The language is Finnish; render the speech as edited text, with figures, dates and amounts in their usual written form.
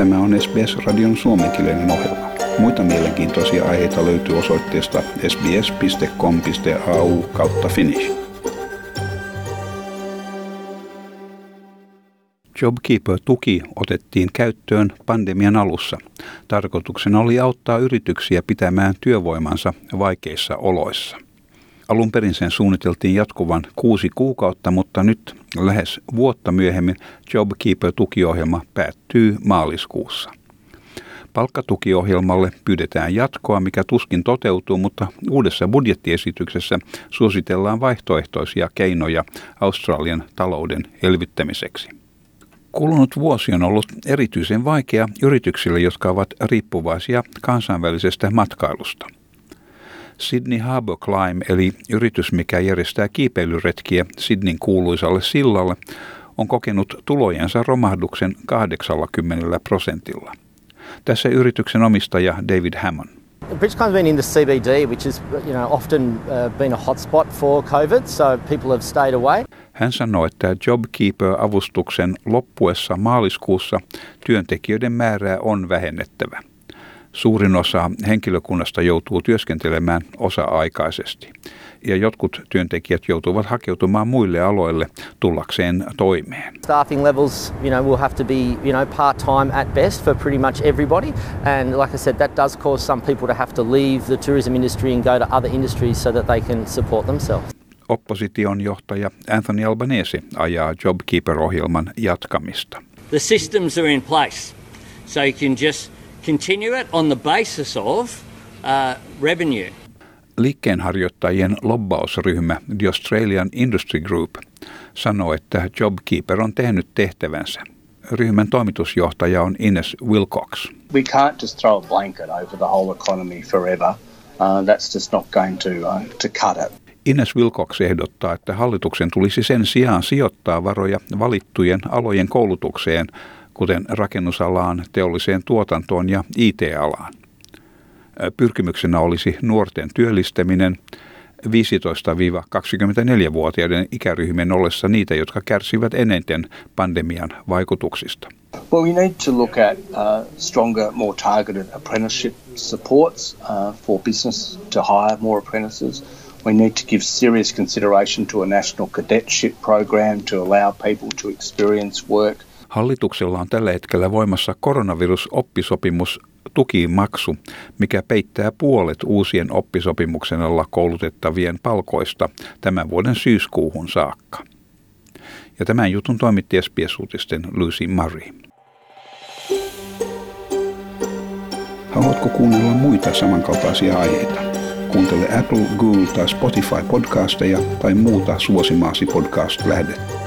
Tämä on SBS-radion suomenkielinen ohjelma. Muita mielenkiintoisia aiheita löytyy osoitteesta sbs.com.au/finnish. JobKeeper-tuki otettiin käyttöön pandemian alussa. Tarkoituksena oli auttaa yrityksiä pitämään työvoimansa vaikeissa oloissa. Alun perin sen suunniteltiin jatkuvan 6 kuukautta, mutta nyt lähes vuotta myöhemmin JobKeeper-tukiohjelma päättyy maaliskuussa. Palkkatukiohjelmalle pyydetään jatkoa, mikä tuskin toteutuu, mutta uudessa budjettiesityksessä suositellaan vaihtoehtoisia keinoja Australian talouden elvyttämiseksi. Kulunut vuosi on ollut erityisen vaikea yrityksille, jotka ovat riippuvaisia kansainvälisestä matkailusta. Sydney Harbour Climb, eli yritys, mikä järjestää kiipeilyretkiä Sydneyn kuuluisalle sillalle, on kokenut tulojensa romahduksen 80%. Tässä yrityksen omistaja David Hammond. Bridgeclimb's been in the CBD, which has often been a hotspot for COVID, so people have stayed away. Hän sanoi, että JobKeeper-avustuksen loppuessa maaliskuussa työntekijöiden määrää on vähennettävä. Suurin osa henkilökunnasta joutuu työskentelemään osa-aikaisesti ja jotkut työntekijät joutuvat hakeutumaan muille aloille tullakseen toimeen. Staffing levels, will have to be, part-time at best for pretty much everybody. And like I said, that does cause some people to have to leave the tourism industry and go to other industries so that they can support themselves. Opposition johtaja Anthony Albanese ajaa JobKeeper-ohjelman jatkamista. The systems are in place, so you can just continue it on the basis of revenue. Liikkeenharjoittajien lobbausryhmä The Australian Industry Group sanoo, että JobKeeper on tehnyt tehtävänsä. Ryhmän toimitusjohtaja on Ines Wilcox. We can't just throw a blanket over the whole economy forever. That's just not going to cut it. Ines Wilcox ehdottaa, että hallituksen tulisi sen sijaan sijoittaa varoja valittujen alojen koulutukseen, kuten rakennusalaan, teolliseen tuotantoon ja IT-alaan. Pyrkimyksenä olisi nuorten työllistäminen 15-24-vuotiaiden ikäryhmien ollessa niitä, jotka kärsivät eniten pandemian vaikutuksista. Well, we need to look at stronger, more targeted apprenticeship supports for business to hire more apprentices. We need to give serious consideration to a national cadetship program to allow people to experience work. Hallituksella on tällä hetkellä voimassa koronavirus-oppisopimus tukimaksu, mikä peittää puolet uusien oppisopimuksen alla koulutettavien palkoista tämän vuoden syyskuuhun saakka. Ja tämän jutun toimitti SBS-uutisten Lucy Murray. Haluatko kuunnella muita samankaltaisia aiheita? Kuuntele Apple, Google tai Spotify podcasteja tai muuta suosimaasi podcast-lähdettä.